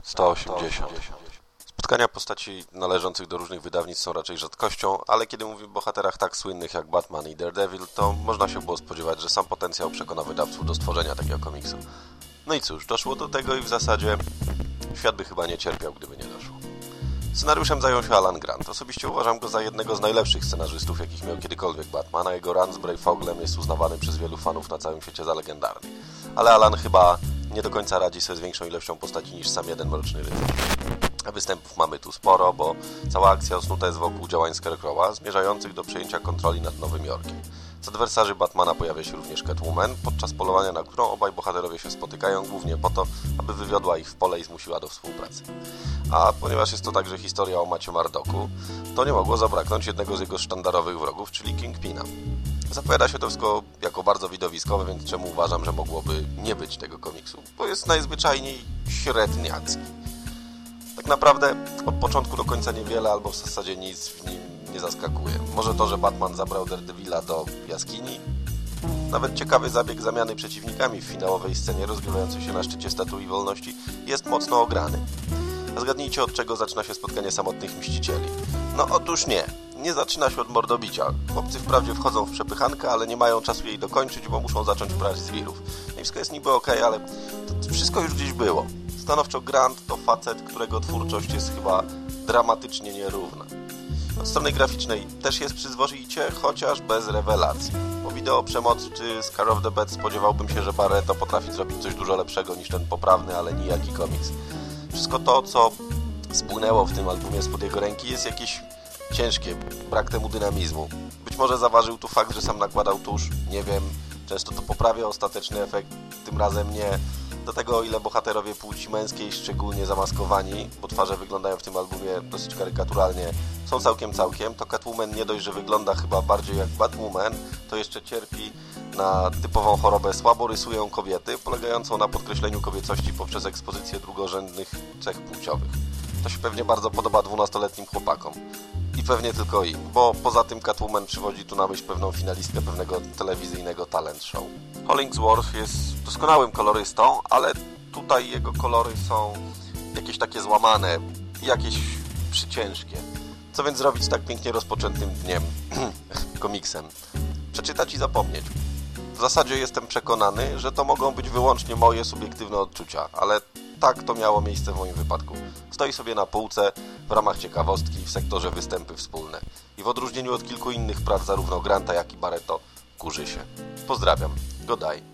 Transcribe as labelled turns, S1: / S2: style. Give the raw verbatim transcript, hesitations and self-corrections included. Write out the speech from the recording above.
S1: sto osiemdziesiąt. Spotkania postaci należących do różnych wydawnictw są raczej rzadkością, ale kiedy mówimy o bohaterach tak słynnych jak Batman i Daredevil, to można się było spodziewać, że sam potencjał przekona wydawców do stworzenia takiego komiksu. No i cóż, doszło do tego i w zasadzie świat by chyba nie cierpiał, gdyby nie doszło. Scenariuszem zajął się Alan Grant. Osobiście uważam go za jednego z najlepszych scenarzystów, jakich miał kiedykolwiek Batman, a jego run z Brave jest uznawany przez wielu fanów na całym świecie za legendarny. Ale Alan chyba nie do końca radzi sobie z większą ilością postaci niż sam jeden Mroczny Rycerz. Występów mamy tu sporo, bo cała akcja osnuta jest wokół działań Scarecrowa, zmierzających do przejęcia kontroli nad Nowym Jorkiem. Z adwersarzy Batmana pojawia się również Catwoman, podczas polowania na którą obaj bohaterowie się spotykają głównie po to, aby wywiodła ich w pole i zmusiła do współpracy. A ponieważ jest to także historia o Matthew Murdochu, to nie mogło zabraknąć jednego z jego sztandarowych wrogów, czyli Kingpina. Zapowiada się to wszystko jako bardzo widowiskowe, więc czemu uważam, że mogłoby nie być tego komiksu? Bo jest najzwyczajniej średniacki. Tak naprawdę od początku do końca niewiele albo w zasadzie nic w nim nie zaskakuje. Może to, że Batman zabrał Daredevila do jaskini? Nawet ciekawy zabieg zamiany przeciwnikami w finałowej scenie rozgrywającej się na szczycie Statui Wolności jest mocno ograny. A zgadnijcie, od czego zaczyna się spotkanie samotnych mścicieli. No otóż nie. Nie zaczyna się od mordobicia. Chłopcy wprawdzie wchodzą w przepychankę, ale nie mają czasu jej dokończyć, bo muszą zacząć brać zwirów. No i wszystko jest niby okej, okay, ale to wszystko już gdzieś było. Stanowczo Grant to facet, którego twórczość jest chyba dramatycznie nierówna. Od strony graficznej też jest przyzwoicie, chociaż bez rewelacji. Po wideo przemocy czy Scar of the Bed spodziewałbym się, że Barretto potrafi zrobić coś dużo lepszego niż ten poprawny, ale nijaki komiks. Wszystko to, co spłynęło w tym albumie spod jego ręki, jest jakieś ciężkie, brak temu dynamizmu. Być może zaważył tu fakt, że sam nakładał tusz, nie wiem, często to poprawia ostateczny efekt, tym razem nie. Do tego, o ile bohaterowie płci męskiej, szczególnie zamaskowani, bo twarze wyglądają w tym albumie dosyć karykaturalnie, są całkiem całkiem, to Catwoman nie dość, że wygląda chyba bardziej jak Batwoman, to jeszcze cierpi na typową chorobę słabo rysują kobiety, polegającą na podkreśleniu kobiecości poprzez ekspozycję drugorzędnych cech płciowych. To się pewnie bardzo podoba dwunastoletnim chłopakom. I pewnie tylko im, bo poza tym Catwoman przywodzi tu na myśl pewną finalistkę pewnego telewizyjnego talent show. Hollingsworth jest doskonałym kolorystą, ale tutaj jego kolory są jakieś takie złamane, jakieś przyciężkie. Co więc zrobić z tak pięknie rozpoczętym dniem, komiksem? Przeczytać i zapomnieć. W zasadzie jestem przekonany, że to mogą być wyłącznie moje subiektywne odczucia, ale tak to miało miejsce w moim wypadku. Stoi sobie na półce w ramach ciekawostki w sektorze występy wspólne. I w odróżnieniu od kilku innych prac zarówno Granta, jak i Barretto kurzy się. Pozdrawiam. Godaj.